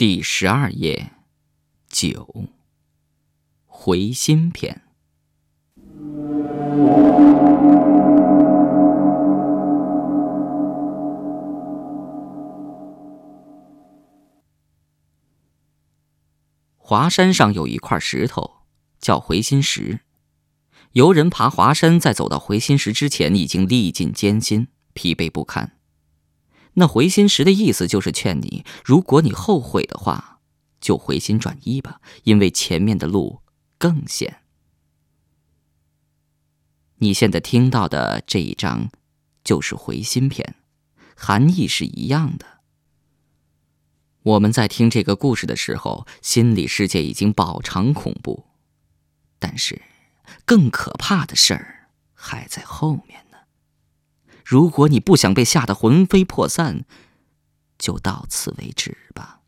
第12页9回心篇。华山上有一块石头叫回心石，游人爬华山在走到回心石之前已经历尽艰辛，疲惫不堪。那回心石的意思就是劝你，如果你后悔的话，就回心转意吧，因为前面的路更险。你现在听到的这一章就是回心篇，含义是一样的。我们在听这个故事的时候，心理世界已经饱尝恐怖，但是更可怕的事儿还在后面呢。如果你不想被吓得魂飞魄散，就到此为止吧。